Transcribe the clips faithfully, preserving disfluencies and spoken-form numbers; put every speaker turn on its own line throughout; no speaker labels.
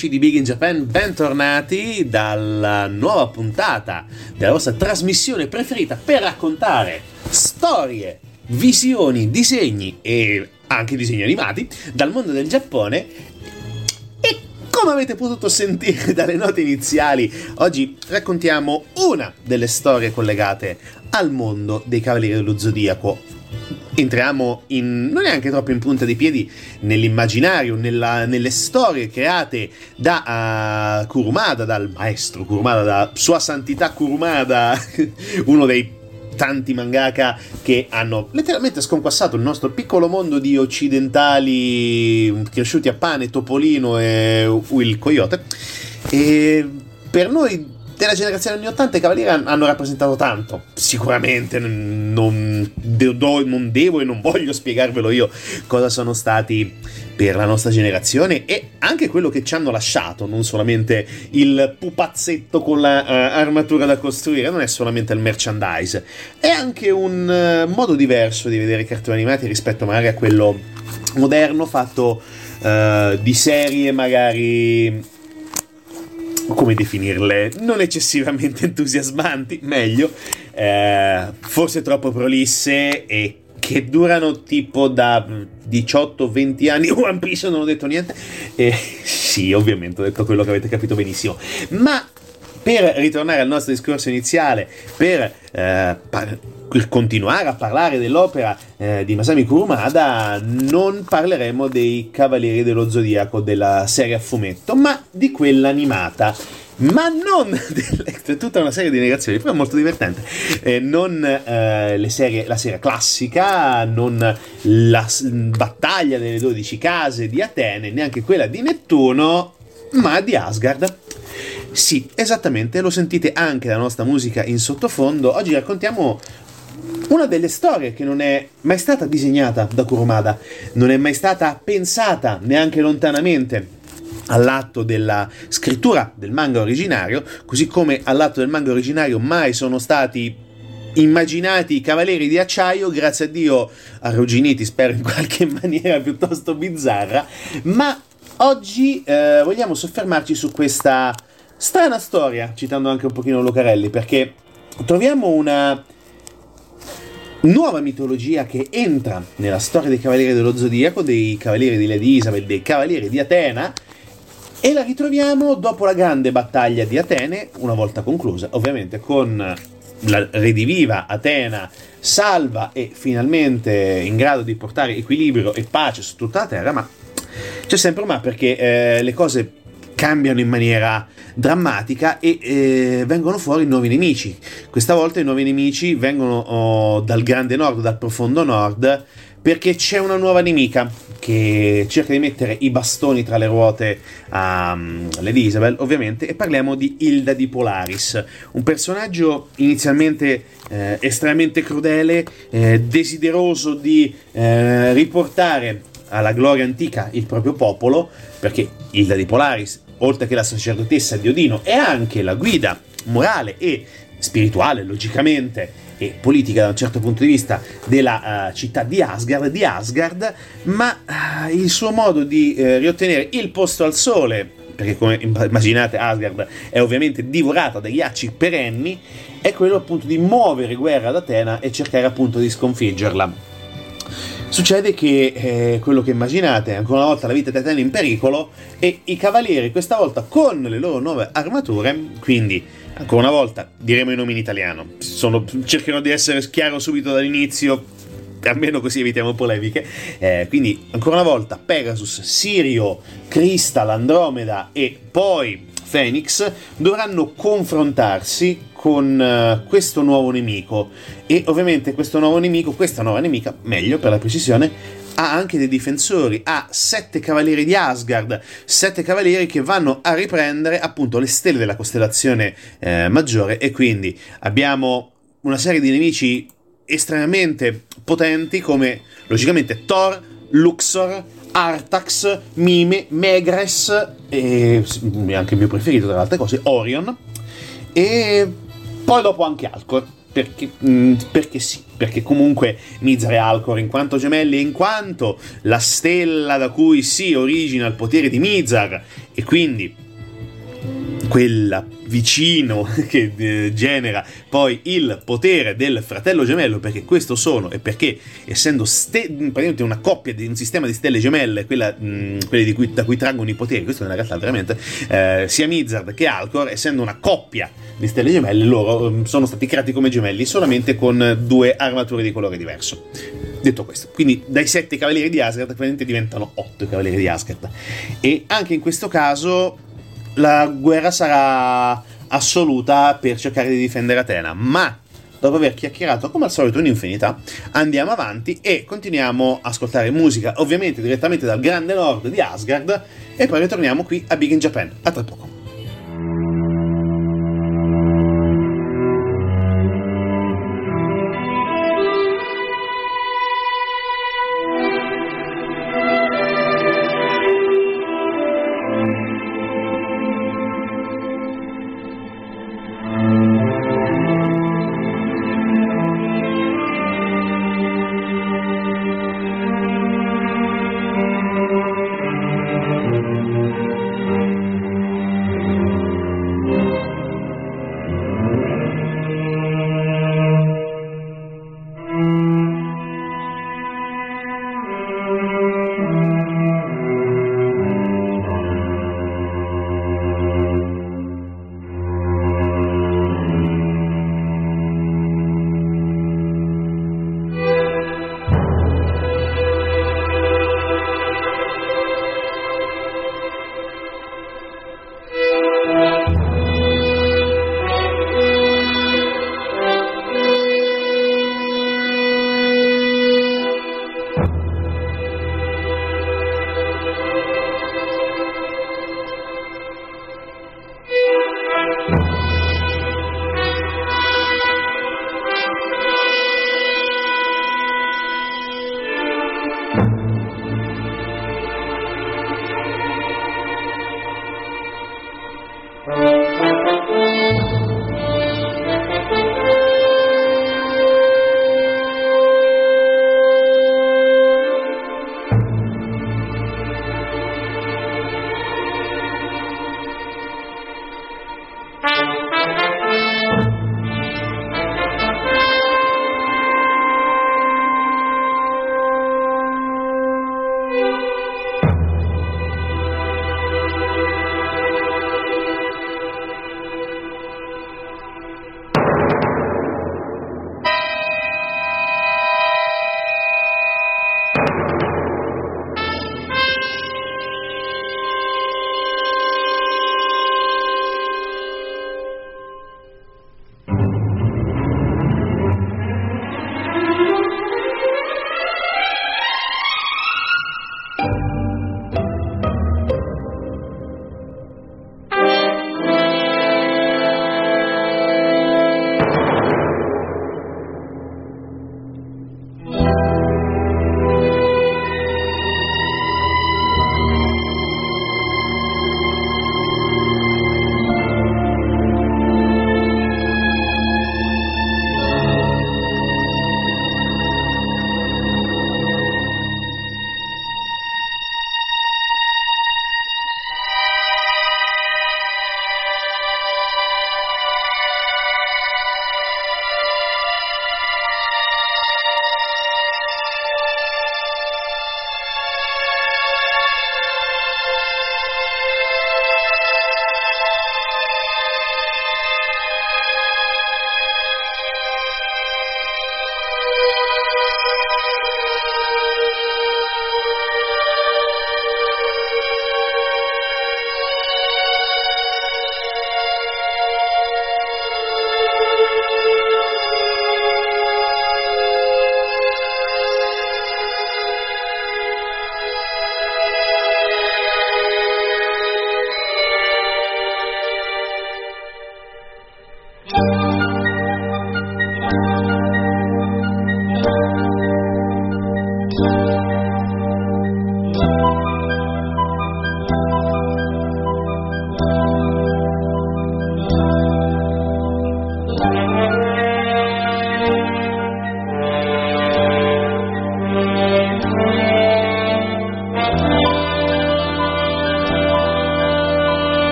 amici di Big in Japan, bentornati dalla nuova puntata della vostra trasmissione preferita per raccontare storie, visioni, disegni e anche disegni animati dal mondo del Giappone. E come avete potuto sentire dalle note iniziali, oggi raccontiamo una delle storie collegate al mondo dei Cavalieri dello Zodiaco. Entriamo in, non neanche troppo in punta di piedi nell'immaginario, nella, nelle storie create da uh, Kurumada, dal maestro Kurumada, da Sua Santità Kurumada, uno dei tanti mangaka che hanno letteralmente sconquassato il nostro piccolo mondo di occidentali cresciuti a pane, Topolino e il Coyote. E per noi della generazione anni ottanta i Cavalieri hanno rappresentato tanto. Sicuramente non, de- non devo e non voglio spiegarvelo io cosa sono stati per la nostra generazione e anche quello che ci hanno lasciato, non solamente il pupazzetto con la uh, armatura da costruire, non è solamente il merchandise, è anche un uh, modo diverso di vedere i cartoni animati rispetto magari a quello moderno fatto uh, di serie magari, come definirle, non eccessivamente entusiasmanti, meglio, eh, forse troppo prolisse e che durano tipo da diciotto venti anni. One Piece non ho detto niente, eh, sì, ovviamente ho detto quello che avete capito benissimo, ma per ritornare al nostro discorso iniziale, per eh, par- continuare a parlare dell'opera eh, di Masami Kurumada, non parleremo dei Cavalieri dello Zodiaco della serie a fumetto, ma di quella animata. Ma non delle, tutta una serie di negazioni, però è molto divertente. Eh, non eh, le serie, la serie classica, non la s- battaglia delle dodici case di Atene, neanche quella di Nettuno, ma di Asgard. Sì, esattamente, lo sentite anche dalla nostra musica in sottofondo. Oggi raccontiamo una delle storie che non è mai stata disegnata da Kurumada, non è mai stata pensata neanche lontanamente all'atto della scrittura del manga originario, così come all'atto del manga originario mai sono stati immaginati i Cavalieri di Acciaio, grazie a Dio arrugginiti, spero in qualche maniera piuttosto bizzarra, ma oggi eh, vogliamo soffermarci su questa strana storia, citando anche un pochino Lucarelli, perché troviamo una nuova mitologia che entra nella storia dei Cavalieri dello Zodiaco, dei Cavalieri di Lady Isabel, dei Cavalieri di Atena, e la ritroviamo dopo la grande battaglia di Atene, una volta conclusa, ovviamente con la rediviva Atena salva e finalmente in grado di portare equilibrio e pace su tutta la terra. Ma c'è sempre un ma, perché eh, le cose cambiano in maniera drammatica e eh, vengono fuori nuovi nemici. Questa volta i nuovi nemici vengono oh, dal grande nord, dal profondo nord, perché c'è una nuova nemica che cerca di mettere i bastoni tra le ruote a um, Lady Isabel, ovviamente, e parliamo di Hilda di Polaris, un personaggio inizialmente eh, estremamente crudele, eh, desideroso di eh, riportare alla gloria antica il proprio popolo, perché Hilda di Polaris, oltre che la sacerdotessa di Odino, è anche la guida morale e spirituale, logicamente, e politica da un certo punto di vista della uh, città di Asgard, di Asgard, ma uh, il suo modo di uh, riottenere il posto al sole, perché come immaginate Asgard è ovviamente divorata da ghiacci perenni, è quello appunto di muovere guerra ad Atena e cercare appunto di sconfiggerla. Succede che eh, quello che immaginate è ancora una volta la vita di Atene in pericolo e i cavalieri questa volta con le loro nuove armature, quindi ancora una volta diremo i nomi in italiano, sono, cercherò di essere chiaro subito dall'inizio, almeno così evitiamo polemiche, eh, quindi ancora una volta Pegasus, Sirio, Crystal, Andromeda e poi Phoenix dovranno confrontarsi con uh, questo nuovo nemico, e ovviamente questo nuovo nemico, questa nuova nemica, meglio per la precisione, ha anche dei difensori, ha sette cavalieri di Asgard, sette cavalieri che vanno a riprendere appunto le stelle della costellazione eh, maggiore, e quindi abbiamo una serie di nemici estremamente potenti come logicamente Thor, Luxor, Artax, Mime, Megres e anche il mio preferito tra le altre cose, Orion, e poi dopo anche Alcor. perché, mh, perché sì, perché comunque Mizar e Alcor in quanto gemelli e in quanto la stella da cui si origina il potere di Mizar e quindi quella vicino che eh, genera poi il potere del fratello gemello, perché questo sono e perché essendo ste- praticamente una coppia di un sistema di stelle gemelle, quella, mh, quelle di cui, da cui traggono i poteri, questo nella realtà veramente eh, sia Mizar che Alcor, essendo una coppia di stelle gemelle, loro mh, sono stati creati come gemelli solamente con due armature di colore diverso. Detto questo, quindi dai sette cavalieri di Asgard praticamente diventano otto i cavalieri di Asgard, e anche in questo caso la guerra sarà assoluta per cercare di difendere Atena, ma dopo aver chiacchierato come al solito un'infinità andiamo avanti e continuiamo a ascoltare musica, ovviamente direttamente dal grande nord di Asgard, e poi ritorniamo qui a Big in Japan. A tra poco.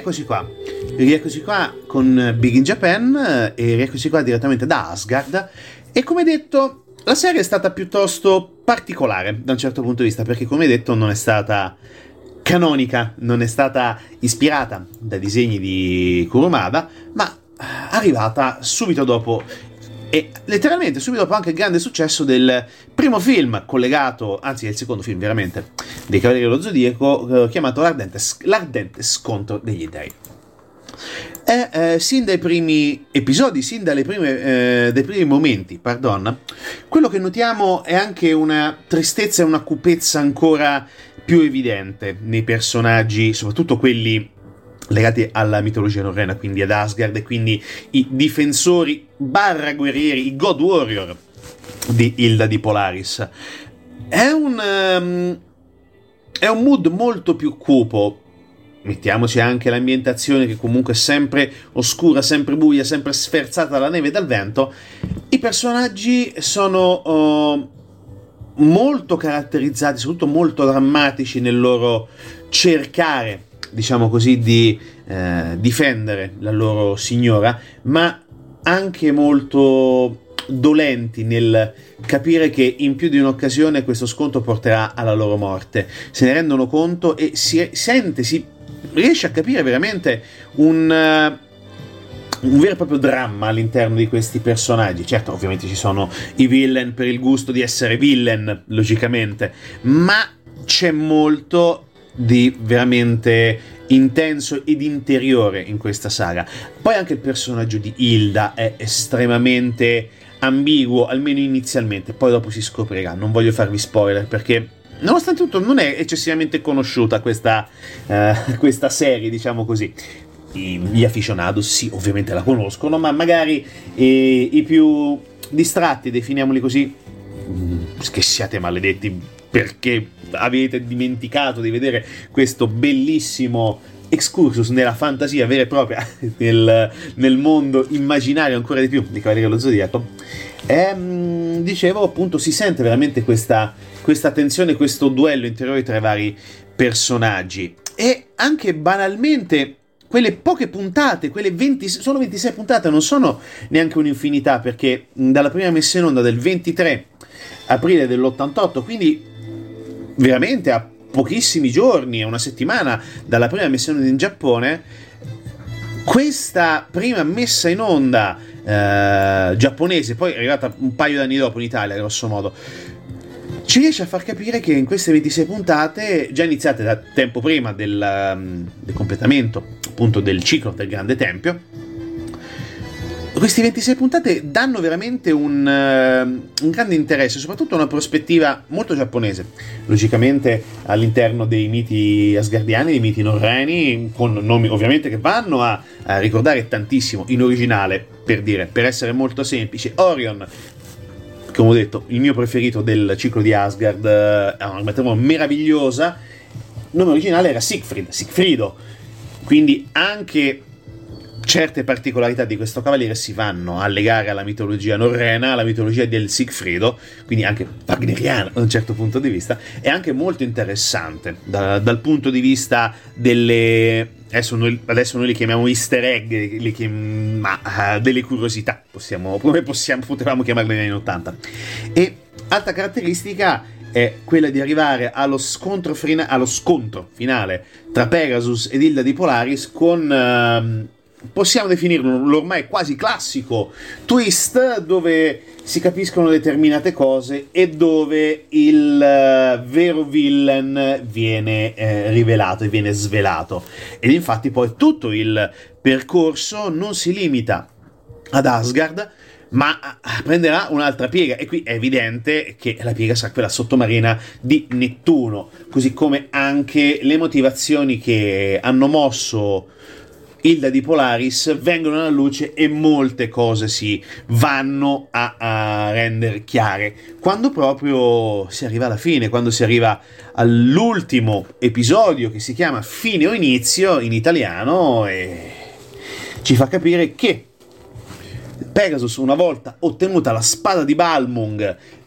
rieccoci qua, rieccoci qua con Big in Japan e rieccoci qua direttamente da Asgard. E come detto, la serie è stata piuttosto particolare da un certo punto di vista, perché come detto non è stata canonica, non è stata ispirata dai disegni di Kurumada, ma arrivata subito dopo, e letteralmente subito dopo anche il grande successo del primo film collegato, anzi è il secondo film veramente, dei Cavalieri dello Zodiaco, eh, chiamato L'Ardente, L'Ardente Scontro degli Dei. E eh, sin dai primi episodi, sin dalle prime, eh, dai primi momenti, pardon, quello che notiamo è anche una tristezza e una cupezza ancora più evidente nei personaggi, soprattutto quelli legati alla mitologia norrena, quindi ad Asgard, e quindi i difensori barra guerrieri, i God Warrior di Hilda di Polaris. È un um, è un mood molto più cupo. Mettiamoci anche l'ambientazione, che comunque è sempre oscura, sempre buia, sempre sferzata dalla neve e dal vento. I personaggi sono uh, molto caratterizzati, soprattutto molto drammatici nel loro cercare, diciamo così, di eh, difendere la loro signora, ma anche molto dolenti nel capire che in più di un'occasione questo scontro porterà alla loro morte. Se ne rendono conto e si sente, si riesce a capire veramente un, uh, un vero e proprio dramma all'interno di questi personaggi. Certo, ovviamente ci sono i villain per il gusto di essere villain, logicamente, ma c'è molto di veramente intenso ed interiore in questa saga. Poi anche il personaggio di Hilda è estremamente ambiguo, almeno inizialmente, poi dopo si scoprirà. Non voglio farvi spoiler, perché nonostante tutto non è eccessivamente conosciuta questa, uh, questa serie, diciamo così. I, gli aficionados sì, ovviamente la conoscono, ma magari eh, i più distratti, definiamoli così, che siate maledetti perché avete dimenticato di vedere questo bellissimo excursus nella fantasia vera e propria, nel, nel mondo immaginario ancora di più di Cavalieri dello Zodiaco. E, dicevo, appunto, si sente veramente questa, questa tensione, questo duello interiore tra i vari personaggi, e anche banalmente quelle poche puntate, quelle venti, solo ventisei puntate, non sono neanche un'infinità, perché dalla prima messa in onda del ventitré aprile dell'ottantotto, quindi veramente a pochissimi giorni, a una settimana dalla prima messa in onda in Giappone, questa prima messa in onda eh, giapponese, poi è arrivata un paio d'anni dopo in Italia, grosso modo, ci riesce a far capire che in queste ventisei puntate, già iniziate da tempo prima del, del completamento appunto del ciclo del Grande Tempio, queste ventisei puntate danno veramente un, uh, un grande interesse, soprattutto una prospettiva molto giapponese, logicamente all'interno dei miti asgardiani, dei miti norreni, con nomi ovviamente che vanno a, a ricordare tantissimo in originale, per dire, per essere molto semplice, Orion, come ho detto, il mio preferito del ciclo di Asgard, è una metamora meravigliosa. Il nome originale era Siegfried, Sigfrido, quindi anche certe particolarità di questo cavaliere si vanno a legare alla mitologia norrena, alla mitologia del Sigfrido, quindi anche wagneriana da un certo punto di vista, è anche molto interessante da, dal punto di vista delle, adesso noi, adesso noi li chiamiamo easter egg, li chiam, ma uh, delle curiosità, possiamo, come possiamo, potevamo chiamarle negli anni ottanta. E altra caratteristica è quella di arrivare allo scontro, frina, allo scontro finale tra Pegasus ed Hilda di Polaris con... Uh, possiamo definirlo l'ormai quasi classico twist, dove si capiscono determinate cose e dove il uh, vero villain viene eh, rivelato e viene svelato. Ed infatti poi tutto il percorso non si limita ad Asgard, ma prenderà un'altra piega, e qui è evidente che la piega sarà quella sottomarina di Nettuno, così come anche le motivazioni che hanno mosso Hilda di Polaris vengono alla luce e molte cose si vanno a, a rendere chiare quando proprio si arriva alla fine, quando si arriva all'ultimo episodio, che si chiama Fine o Inizio in italiano, e ci fa capire che Pegasus, una volta ottenuta la spada di Balmung,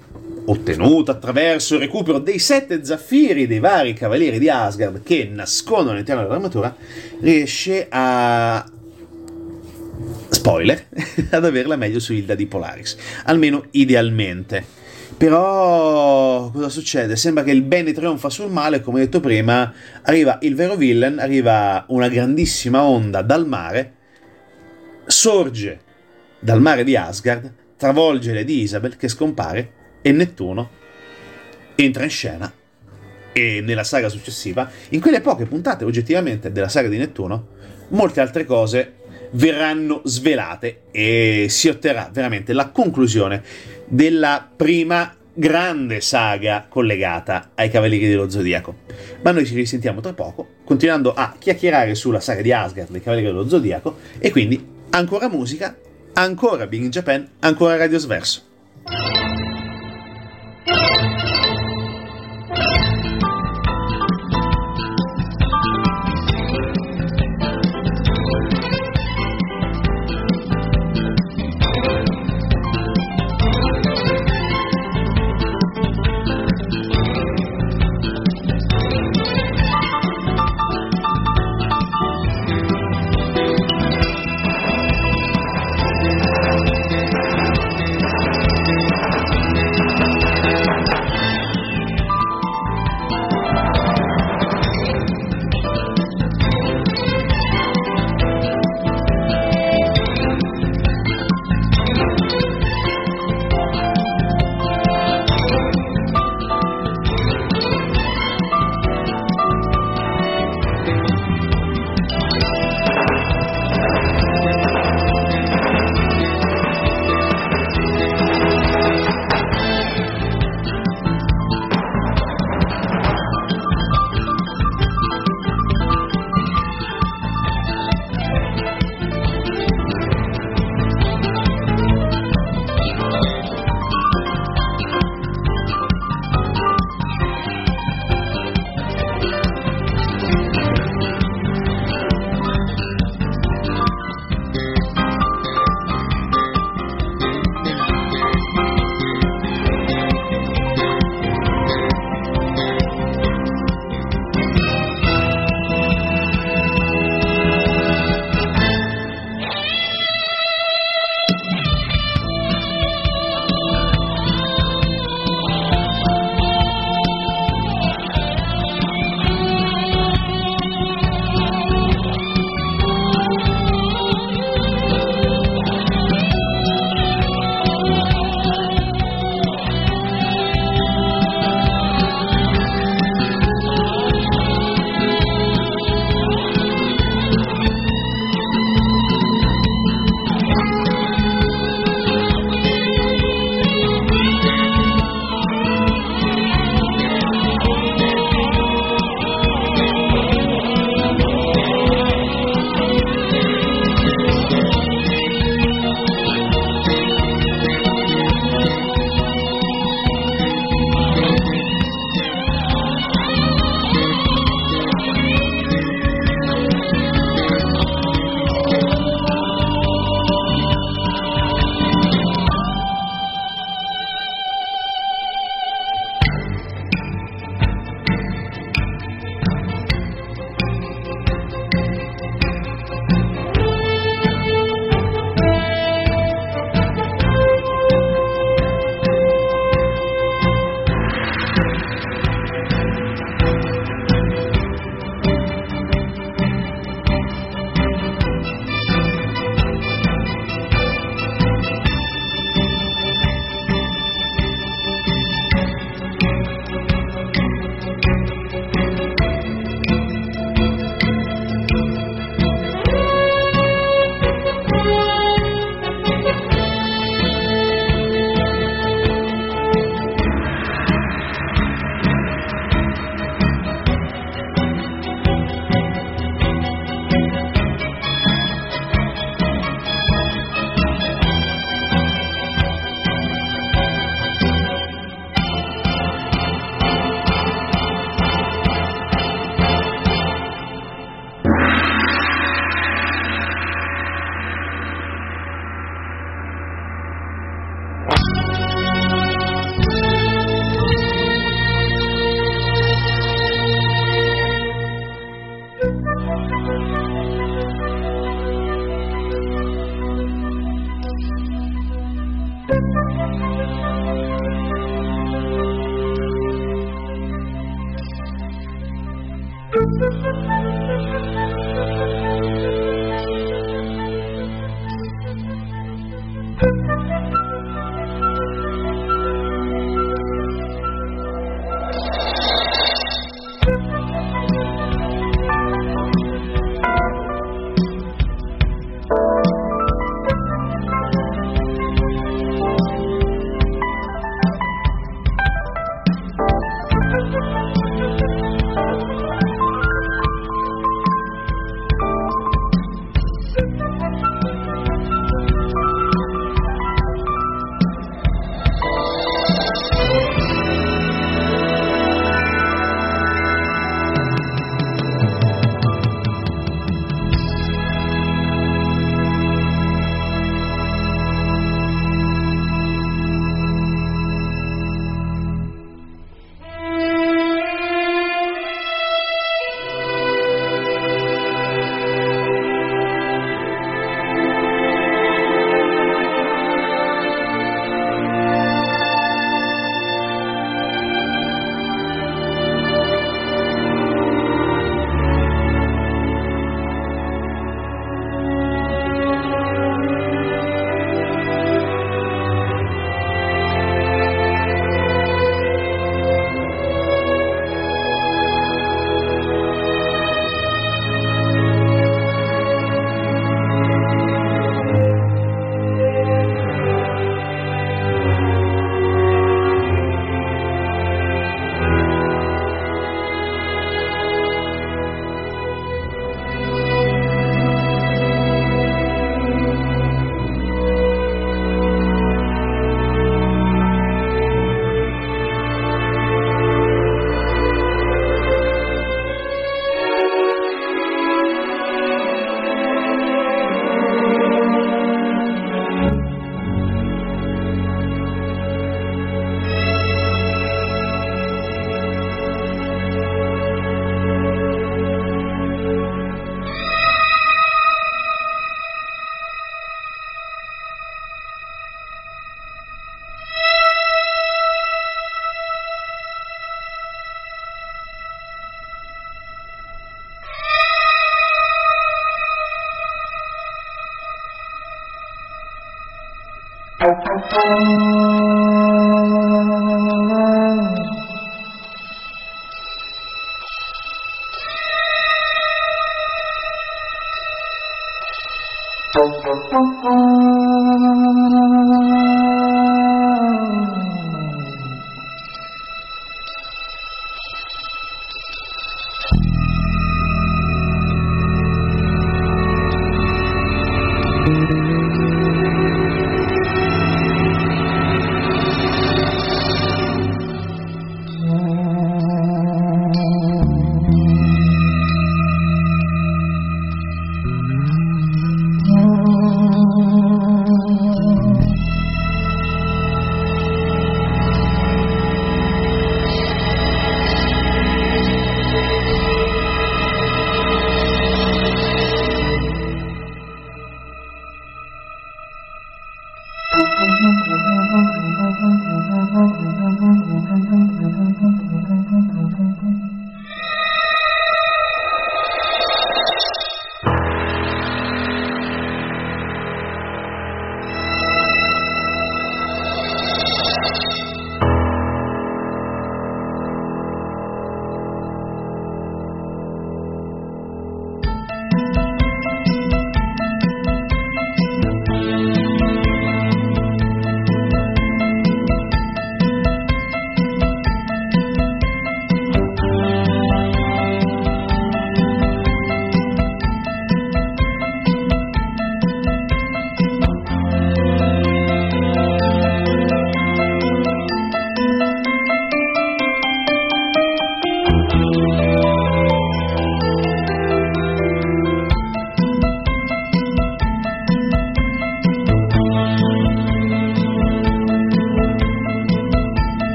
ottenuto attraverso il recupero dei sette zaffiri dei vari cavalieri di Asgard che nascondono all'interno dell'armatura, riesce a... spoiler, ad averla meglio su Hilda di Polaris, almeno idealmente. Però cosa succede? Sembra che il bene trionfa sul male, come detto prima, arriva il vero villain, arriva una grandissima onda dal mare, sorge dal mare di Asgard, travolge Lady Isabel che scompare e Nettuno entra in scena. E nella saga successiva, in quelle poche puntate oggettivamente della saga di Nettuno, molte altre cose verranno svelate e si otterrà veramente la conclusione della prima grande saga collegata ai Cavalieri dello Zodiaco. Ma noi ci risentiamo tra poco, continuando a chiacchierare sulla saga di Asgard dei Cavalieri dello Zodiaco, e quindi ancora musica, ancora Big in Japan, ancora Radio Sverso.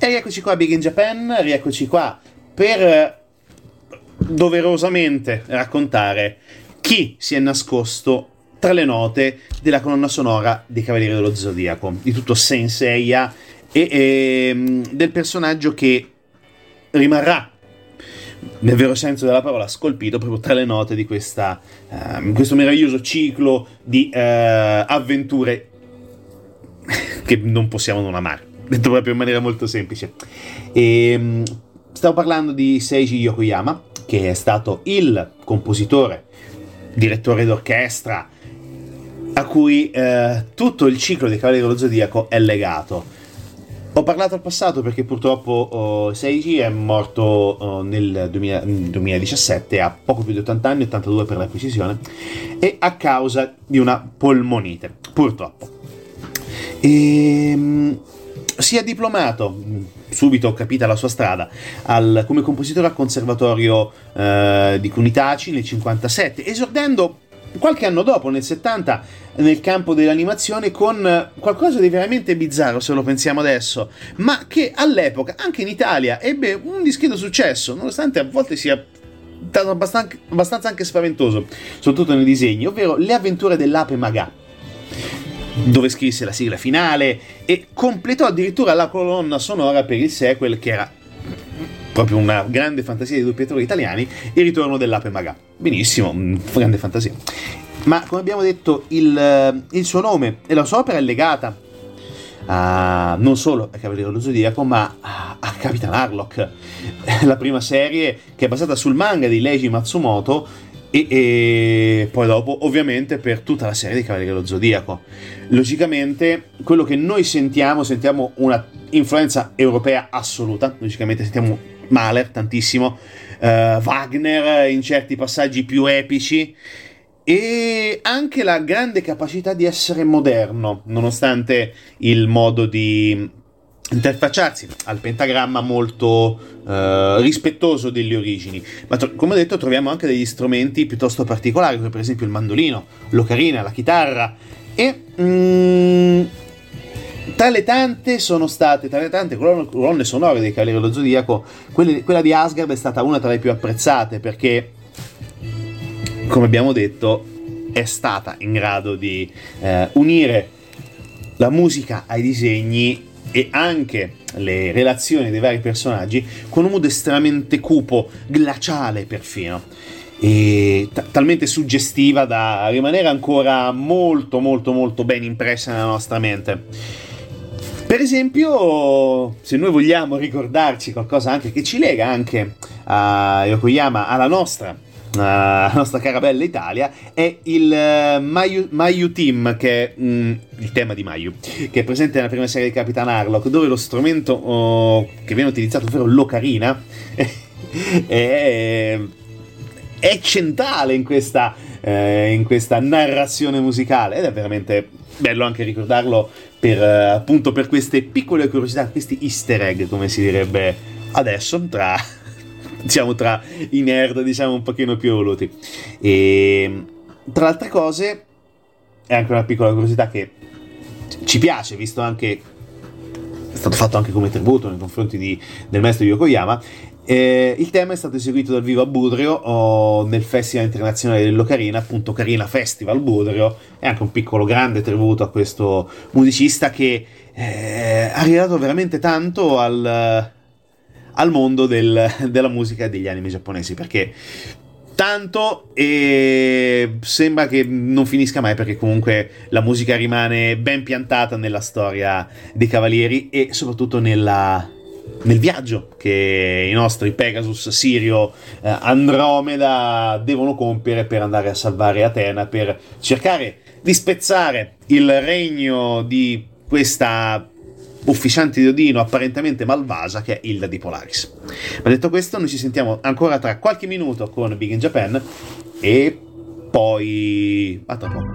E rieccoci qua a Big in Japan, rieccoci qua per doverosamente raccontare chi si è nascosto tra le note della colonna sonora dei Cavalieri dello Zodiaco, di tutto Saint Seiya e, e del personaggio che rimarrà, nel vero senso della parola, scolpito proprio tra le note di questa, uh, questo meraviglioso ciclo di uh, avventure che non possiamo non amare, detto proprio in maniera molto semplice. E, um, stavo parlando di Seiji Yokoyama, che è stato il compositore, direttore d'orchestra, a cui uh, tutto il ciclo dei Cavalieri dello Zodiaco è legato. Ho parlato al passato perché purtroppo oh, Seiji è morto oh, nel duemila, duemiladiciassette, a poco più di ottanta anni, ottantadue per la precisione, e a causa di una polmonite, purtroppo. E, si è diplomato, subito capita la sua strada, al, come compositore al Conservatorio eh, di Kunitachi nel cinquantasette, esordendo qualche anno dopo, nel settanta, nel campo dell'animazione con qualcosa di veramente bizzarro, se lo pensiamo adesso, ma che all'epoca, anche in Italia, ebbe un discreto successo, nonostante a volte sia stato abbastanza, abbastanza anche spaventoso, soprattutto nei disegni, ovvero Le avventure dell'ape Maga, dove scrisse la sigla finale e completò addirittura la colonna sonora per il sequel, che era proprio una grande fantasia dei doppiatori italiani, Il ritorno dell'ape Maga. Benissimo, grande fantasia. Ma come abbiamo detto, il, il suo nome e la sua opera è legata a, non solo a Cavaliere dello Zodiaco, ma a, a Capitan Harlock, la prima serie che è basata sul manga di Leiji Matsumoto, e, e poi dopo ovviamente per tutta la serie dei Cavalieri dello Zodiaco. Logicamente quello che noi sentiamo, sentiamo una influenza europea assoluta, logicamente sentiamo Mahler tantissimo, uh, Wagner in certi passaggi più epici, e anche la grande capacità di essere moderno, nonostante il modo di interfacciarsi al pentagramma molto uh, rispettoso delle origini. Ma tro- come ho detto, troviamo anche degli strumenti piuttosto particolari, come per esempio il mandolino, l'ocarina, la chitarra, e mm, tra le tante sono state, tra le tante colonne, colonne sonore dei Cavalieri dello Zodiaco, quelle, quella di Asgard è stata una tra le più apprezzate, perché, come abbiamo detto, è stata in grado di eh, unire la musica ai disegni e anche le relazioni dei vari personaggi con un mood estremamente cupo, glaciale perfino, e t- talmente suggestiva da rimanere ancora molto molto molto ben impressa nella nostra mente. Per esempio, se noi vogliamo ricordarci qualcosa anche che ci lega anche a Yokoyama, alla nostra la nostra cara bella Italia, è il uh, Mayu, Mayu Team, che è mm, il tema di Mayu, che è presente nella prima serie di Capitan Harlock, dove lo strumento oh, che viene utilizzato, ovvero l'ocarina, è, è centrale in questa, eh, in questa narrazione musicale, ed è veramente bello anche ricordarlo per, uh, appunto per queste piccole curiosità, questi easter egg, come si direbbe adesso, tra diciamo tra i nerd, diciamo un pochino più evoluti. E tra altre cose è anche una piccola curiosità che ci piace, visto anche è stato fatto anche come tributo nei confronti di, del maestro Yokoyama. Eh, il tema è stato eseguito dal vivo a Budrio oh, nel Festival Internazionale dell'Ocarina, appunto Ocarina Festival Budrio. È anche un piccolo grande tributo a questo musicista che eh, ha ridato veramente tanto al al mondo del, della musica e degli anime giapponesi, perché tanto, e sembra che non finisca mai, perché comunque la musica rimane ben piantata nella storia dei Cavalieri e soprattutto nella, nel viaggio che i nostri Pegasus, Sirio, eh, Andromeda devono compiere per andare a salvare Atena, per cercare di spezzare il regno di questa ufficiante di Odino apparentemente malvagia, che è Hilda di Polaris. Ma detto questo, noi ci sentiamo ancora tra qualche minuto con Big in Japan e poi a tra poco.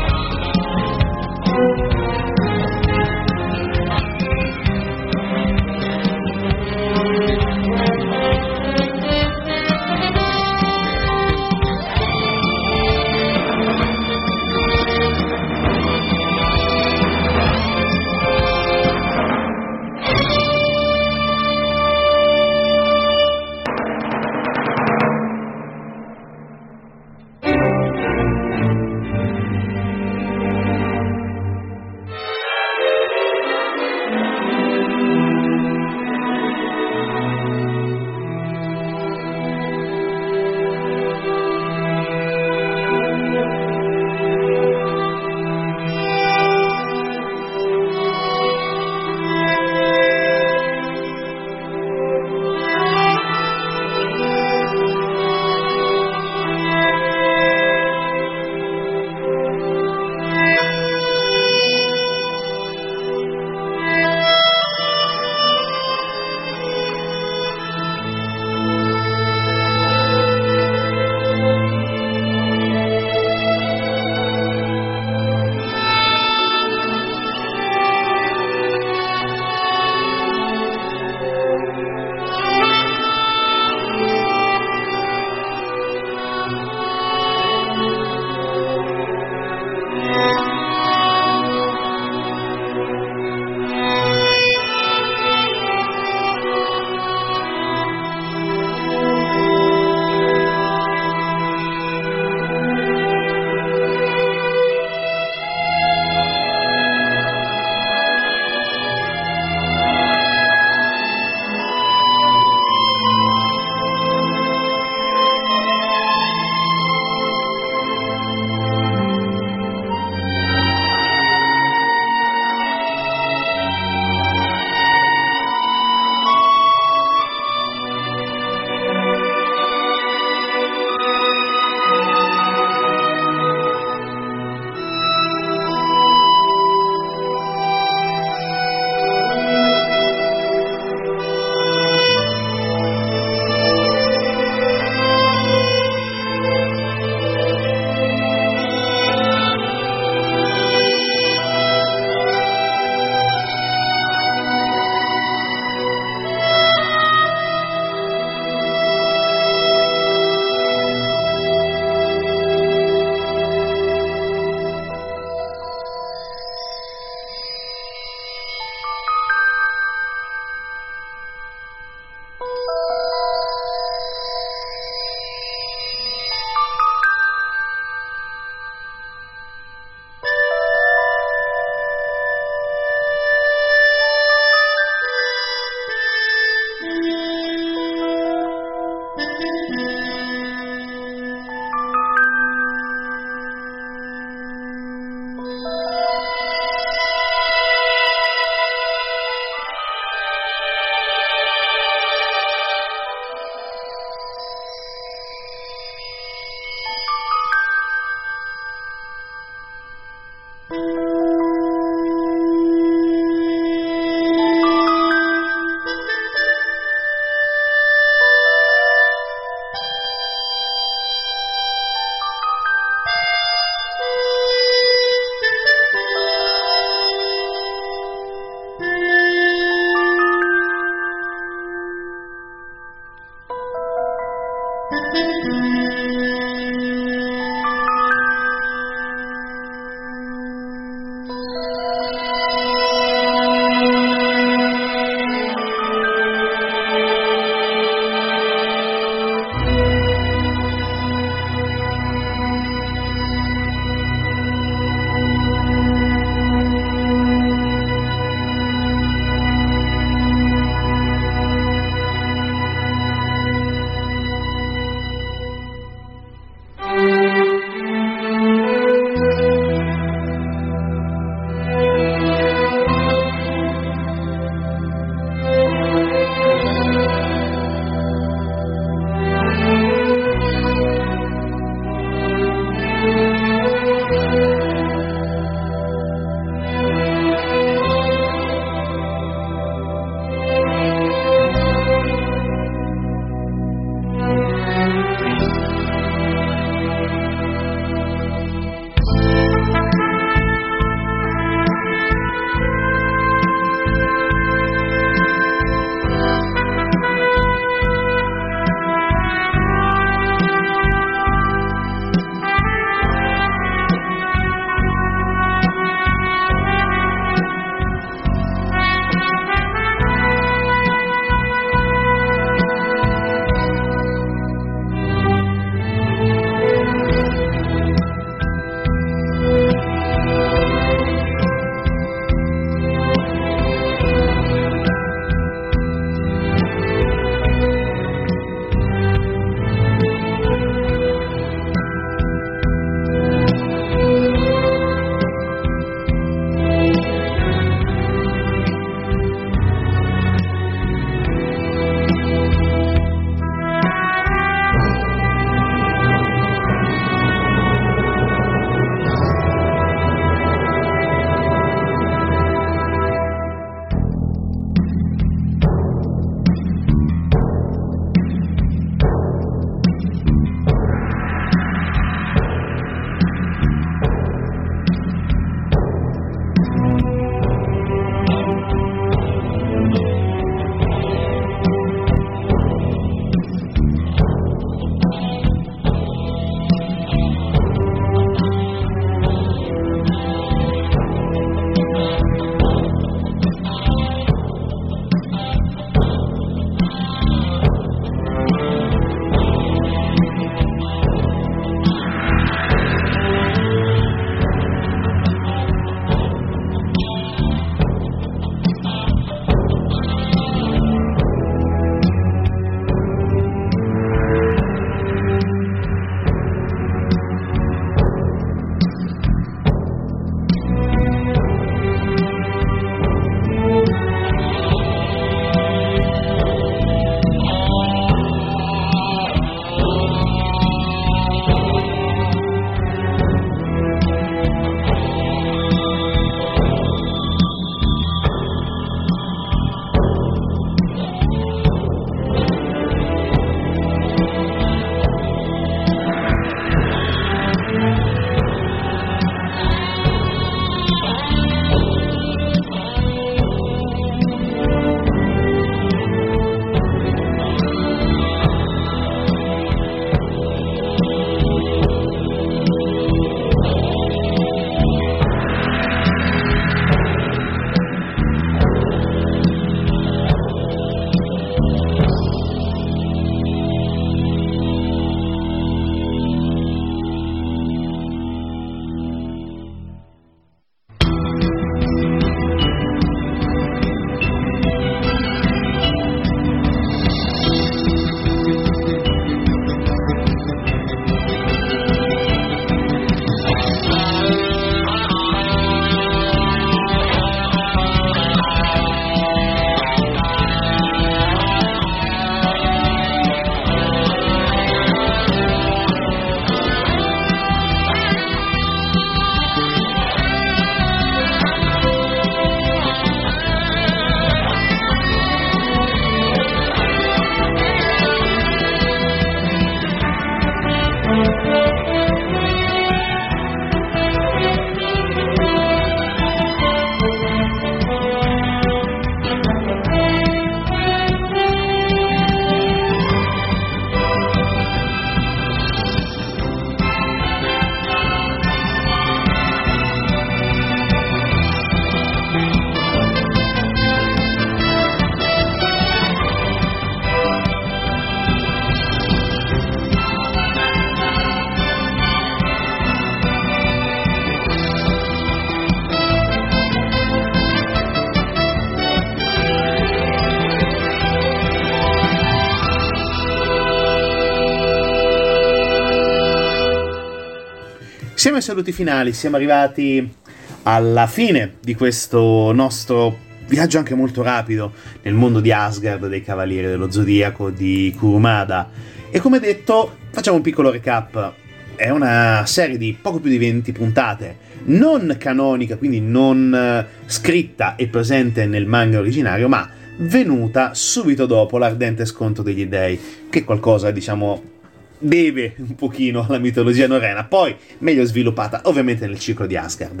Siamo ai saluti finali, siamo arrivati alla fine di questo nostro viaggio anche molto rapido nel mondo di Asgard, dei Cavalieri dello Zodiaco, di Kurumada. E come detto, facciamo un piccolo recap. È una serie di poco più di venti puntate, non canonica, quindi non uh, scritta e presente nel manga originario, ma venuta subito dopo l'ardente scontro degli dei, che qualcosa, diciamo, deve un pochino alla mitologia norrena, poi meglio sviluppata ovviamente nel ciclo di Asgard.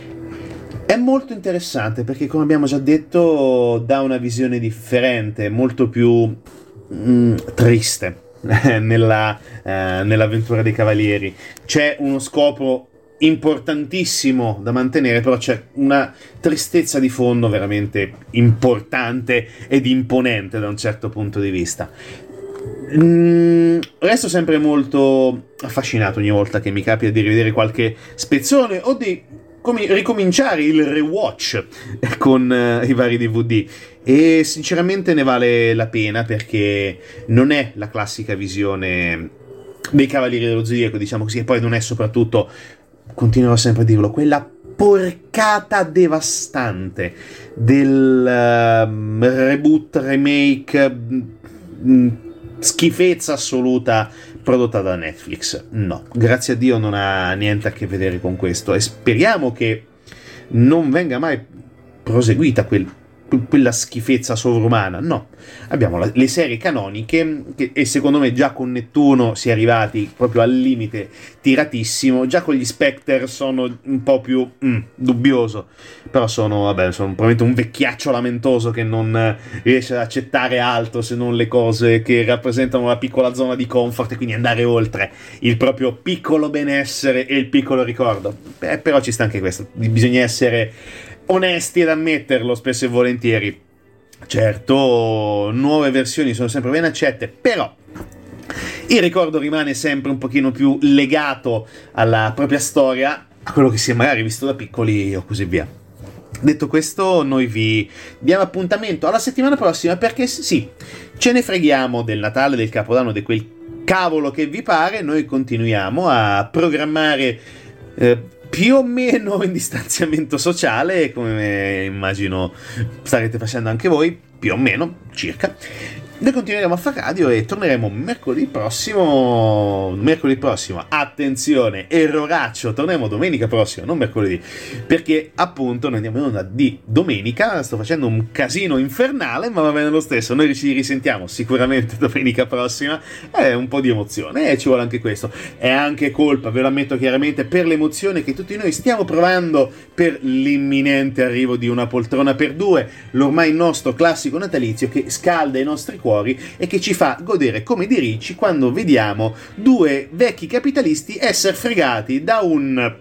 È molto interessante perché, come abbiamo già detto, dà una visione differente, molto più mm, triste nella, eh, nell'avventura dei Cavalieri. C'è uno scopo importantissimo da mantenere, però c'è una tristezza di fondo veramente importante ed imponente da un certo punto di vista. Mm, resto sempre molto affascinato ogni volta che mi capita di rivedere qualche spezzone o di come ricominciare il rewatch con uh, i vari D V D, e sinceramente ne vale la pena perché non è la classica visione dei Cavalieri dello Zodiaco, diciamo così, e poi non è soprattutto, continuerò sempre a dirlo, quella porcata devastante del uh, reboot, remake, mh, schifezza assoluta prodotta da Netflix. No, grazie a Dio non ha niente a che vedere con questo, e speriamo che non venga mai proseguita quel, quella schifezza sovrumana. No, abbiamo la, le serie canoniche che, e secondo me già con Nettuno si è arrivati proprio al limite tiratissimo. Già con gli Spectre sono un po' più mm, dubbioso, però sono, vabbè, sono probabilmente un vecchiaccio lamentoso che non riesce ad accettare altro se non le cose che rappresentano la piccola zona di comfort, e quindi andare oltre il proprio piccolo benessere e il piccolo ricordo. Beh, però ci sta anche questo, bisogna essere onesti ed ammetterlo spesso e volentieri. Certo, nuove versioni sono sempre ben accette, però il ricordo rimane sempre un pochino più legato alla propria storia, a quello che si è magari visto da piccoli o così via. Detto questo, noi vi diamo appuntamento alla settimana prossima, perché sì, ce ne freghiamo del Natale, del Capodanno, di quel cavolo che vi pare. Noi continuiamo a programmare eh, più o meno in distanziamento sociale, come immagino starete facendo anche voi, più o meno, circa. Noi continueremo a fare radio e torneremo mercoledì prossimo. Mercoledì prossimo, attenzione, erroraccio, torneremo domenica prossima, non mercoledì, perché appunto noi andiamo in onda di domenica. Sto facendo un casino infernale, ma va bene lo stesso. Noi ci risentiamo sicuramente domenica prossima. È un po' di emozione e ci vuole anche questo. È anche colpa, ve lo ammetto chiaramente, per l'emozione che tutti noi stiamo provando per l'imminente arrivo di Una poltrona per due, l'ormai nostro classico natalizio che scalda i nostri cuori e che ci fa godere come di ricci quando vediamo due vecchi capitalisti essere fregati da un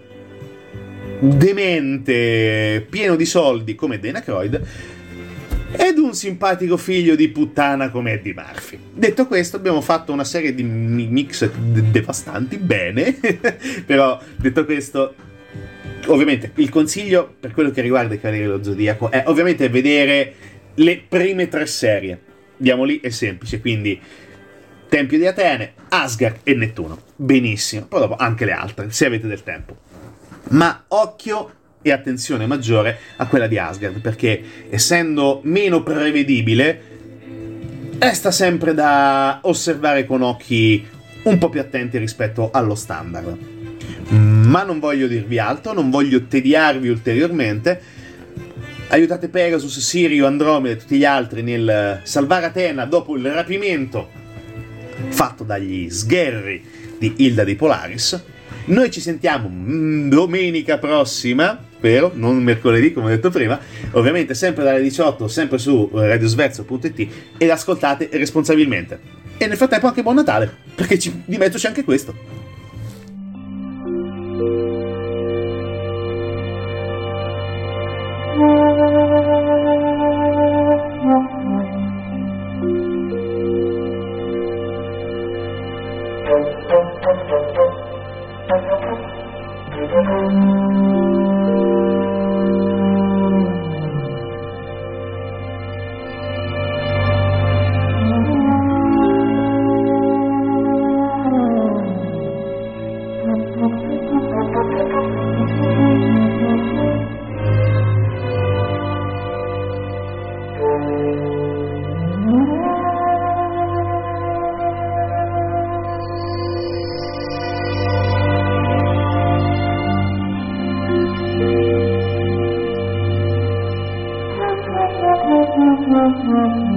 demente pieno di soldi come Dana Croyd ed un simpatico figlio di puttana come Eddie Murphy. Detto questo, abbiamo fatto una serie di mix devastanti, bene, però detto questo, ovviamente il consiglio per quello che riguarda i Cavalieri dello Zodiaco è ovviamente vedere le prime tre serie. Andiamo lì, è semplice, quindi Tempio di Atene, Asgard e Nettuno. Benissimo, poi dopo anche le altre, se avete del tempo. Ma occhio e attenzione maggiore a quella di Asgard, perché essendo meno prevedibile, resta sempre da osservare con occhi un po' più attenti rispetto allo standard. Ma non voglio dirvi altro, non voglio tediarvi ulteriormente. Aiutate Pegasus, Sirio, Andromeda e tutti gli altri nel salvare Atena dopo il rapimento fatto dagli sgherri di Hilda di Polaris. Noi ci sentiamo domenica prossima, vero? Non mercoledì, come ho detto prima, ovviamente sempre dalle diciotto, sempre su radiosverso punto it, ed ascoltate responsabilmente. E nel frattempo anche buon Natale, perché ci, di mezzo c'è anche questo.
Thank you.